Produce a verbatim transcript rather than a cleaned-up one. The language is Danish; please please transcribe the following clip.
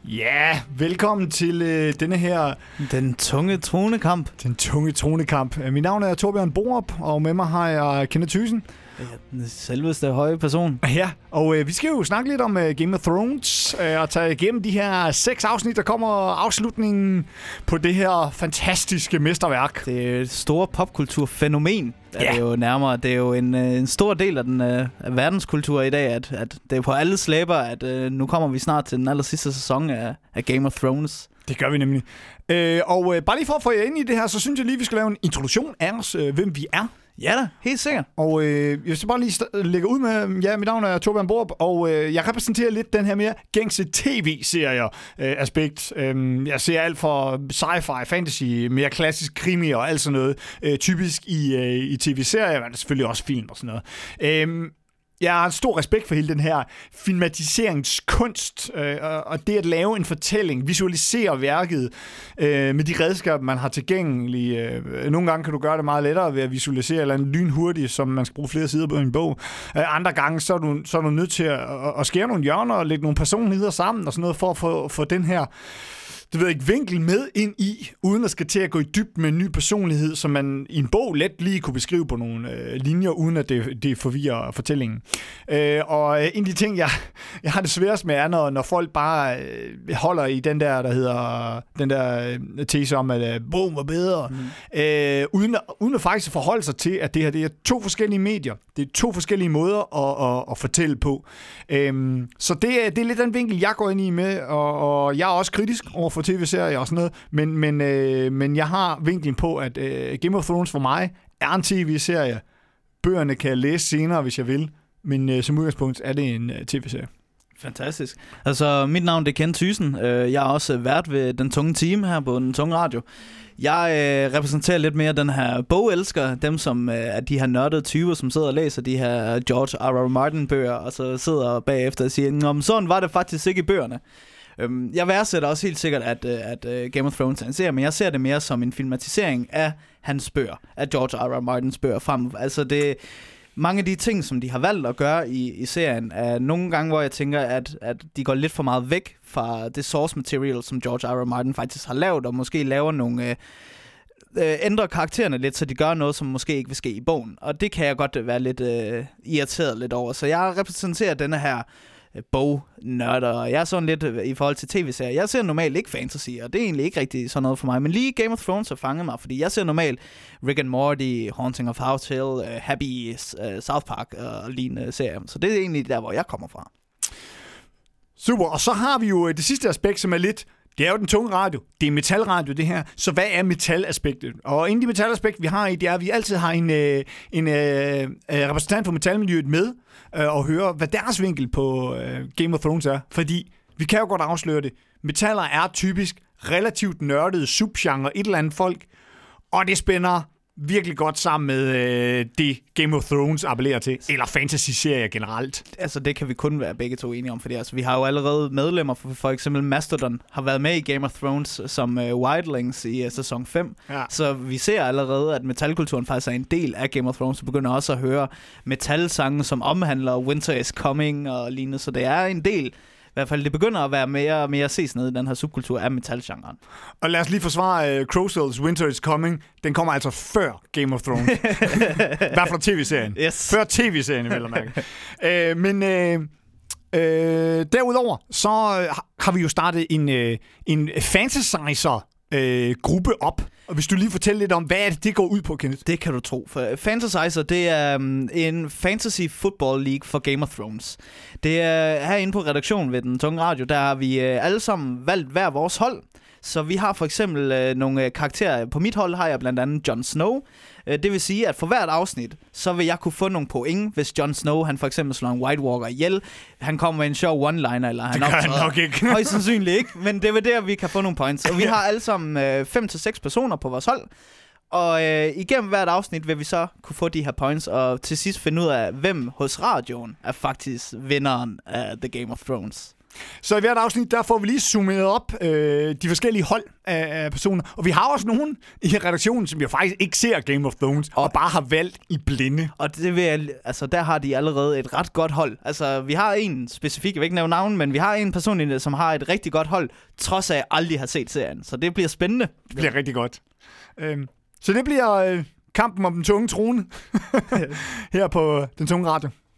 Ja, velkommen til øh, denne her... Den tunge tronekamp. Den tunge tronekamp. Mit navn er Torbjørn Borup, og med mig har jeg Kenneth Thyssen. Ja, den selveste høje person. Ja, og øh, vi skal jo snakke lidt om øh, Game of Thrones, øh, og tage igennem de her seks afsnit, der kommer afslutningen på det her fantastiske mesterværk. Det er et stort popkulturfænomen. Ja. Ja. Det er jo nærmere, det er jo en, en stor del af den øh, af verdenskultur i dag, at, at det er på alle slæber, at øh, nu kommer vi snart til den aller sidste sæson af, af Game of Thrones. Det gør vi nemlig. Øh, og øh, bare lige for at få jer ind i det her, så synes jeg lige, vi skal lave en introduktion af os, øh, hvem vi er. Ja da, helt sikkert. Og øh, jeg skal bare lige st- lægge ud med, ja, mit navn er Torbjørn Borup, og øh, jeg repræsenterer lidt den her mere gængse tv-serier-aspekt. Øh, jeg ser alt for sci-fi, fantasy, mere klassisk krimi og alt sådan noget, øh, typisk i, øh, i tv-serier, men selvfølgelig også film og sådan noget. Øh, Jeg har stor respekt for hele den her filmatiseringskunst, øh, og det at lave en fortælling, visualisere værket øh, med de redskaber, man har tilgængelige. Øh, nogle gange kan du gøre det meget lettere ved at visualisere eller en lynhurtigt, som man skal bruge flere sider på en bog. Øh, andre gange, så er, du, så er du nødt til at, at skære nogle hjørner og lægge nogle personligheder sammen og sådan noget, for at få, få den her det ved jeg ikke, vinkel med ind i, uden at skal til at gå i dybden med en ny personlighed, som man i en bog let lige kunne beskrive på nogle øh, linjer, uden at det, det forvirrer fortællingen. Øh, og en af de ting, jeg, jeg har det sværest med, er, når, når folk bare øh, holder i den der, der hedder, den der øh, tese om, at øh, bogen var bedre, mm. øh, uden, at, uden at faktisk forholde sig til, at det her det er to forskellige medier. Det er to forskellige måder at, at, at fortælle på. Øh, så det er, det er lidt den vinkel, jeg går ind i med, og, og jeg er også kritisk over for tv-serier og sådan noget, men, men, øh, men jeg har vinklen på, at øh, Game of Thrones for mig er en tv-serie. Bøgerne kan jeg læse senere, hvis jeg vil, men øh, som udgangspunkt er det en øh, tv-serie. Fantastisk. Altså, mit navn det er Kenneth Thyssen. Jeg er også vært ved Den Tunge Team her på Den Tunge Radio. Jeg øh, repræsenterer lidt mere den her bogelsker, dem som øh, er de her nørdede tyver, som sidder og læser de her George R. R. Martin-bøger, og så sidder bagefter og siger, nå, men sådan var det faktisk ikke i bøgerne. Jeg værdsætter også helt sikkert, at, at Game of Thrones er en serie, men jeg ser det mere som en filmatisering af hans bøger, af George R. R. Martins bøger frem. Altså det, mange af de ting, som de har valgt at gøre i, i serien, er nogle gange, hvor jeg tænker, at, at de går lidt for meget væk fra det source material, som George R. R. Martin faktisk har lavet, og måske laver nogle... Øh, øh, ændrer karaktererne lidt, så de gør noget, som måske ikke vil ske i bogen. Og det kan jeg godt være lidt øh, irriteret lidt over. Så jeg repræsenterer denne her bognørder, og jeg er sådan lidt i forhold til tv-serier. Jeg ser normalt ikke fantasy, og det er egentlig ikke rigtig sådan noget for mig, men lige Game of Thrones har fanget mig, fordi jeg ser normalt Rick and Morty, Haunting of House Hill, uh, Happy, uh, South Park og lignende serier. Så det er egentlig der, hvor jeg kommer fra. Super, og så har vi jo det sidste aspekt, som er lidt, det er jo den tunge radio, det er metalradio det her, så hvad er metalaspektet? Og inden de metalaspekt, vi har i, det er, at vi altid har en, en, en, en repræsentant for metalmiljøet med, og høre, hvad deres vinkel på uh, Game of Thrones er. Fordi vi kan jo godt afsløre det. Metaller er typisk relativt nørdede subgenre, et eller andet folk, og det spænder virkelig godt sammen med øh, det Game of Thrones appellerer til, eller fantasy-serier generelt. Altså det kan vi kun være begge to enige om, fordi altså, vi har jo allerede medlemmer, for, for eksempel Mastodon har været med i Game of Thrones som øh, wildlings i øh, sæson fem, ja. Så vi ser allerede, at metalkulturen faktisk er en del af Game of Thrones, og begynder også at høre metalsange, som omhandler Winter is Coming og lignende, så det er en del. I hvert fald, det begynder at være mere og mere ses ned i den her subkultur af metalgenren. Og lad os lige forsvare uh, Crowsells Winter is Coming. Den kommer altså før Game of Thrones. I hvert fald tv-serien. Yes. Før tv-serien, vil jeg mærke. uh, men uh, uh, derudover, så uh, har vi jo startet en, uh, en fantasizer-gruppe uh, op. Og hvis du lige fortæller lidt om, hvad er det, det går ud på, Kenneth? Det kan du tro. For Fantasizer, det er um, en fantasy football league for Game of Thrones. Det er herinde på redaktionen ved Den Tunge Radio, der har vi uh, alle sammen valgt hver vores hold. Så vi har for eksempel uh, nogle uh, karakterer. På mit hold har jeg blandt andet Jon Snow. Uh, det vil sige, at for hvert afsnit, så vil jeg kunne få nogle point, hvis Jon Snow, han for eksempel slår en White Walker ihjel. Han kommer med en sjov one-liner, eller han optræder. Det gør han nok ikke. Højst sandsynligt ikke, men det er der, vi kan få nogle points. Og vi har alle sammen uh, fem til seks personer på vores hold. Og øh, igennem hvert afsnit vil vi så kunne få de her points, og til sidst finde ud af, hvem hos radioen er faktisk vinderen af The Game of Thrones. Så i hvert afsnit, der får vi lige summeret op øh, de forskellige hold af, af personer. Og vi har også nogen i redaktionen, som jo faktisk ikke ser Game of Thrones, og, og bare har valgt i blinde. Og det vil jeg, altså, der har de allerede et ret godt hold. Altså, vi har en specifik, jeg vil ikke nævne navn, men vi har en person, som har et rigtig godt hold, trods af at aldrig har set serien. Så det bliver spændende. Det bliver rigtig godt. Øhm, så det bliver øh, kampen om den tunge trone her på Den Tunge Radio.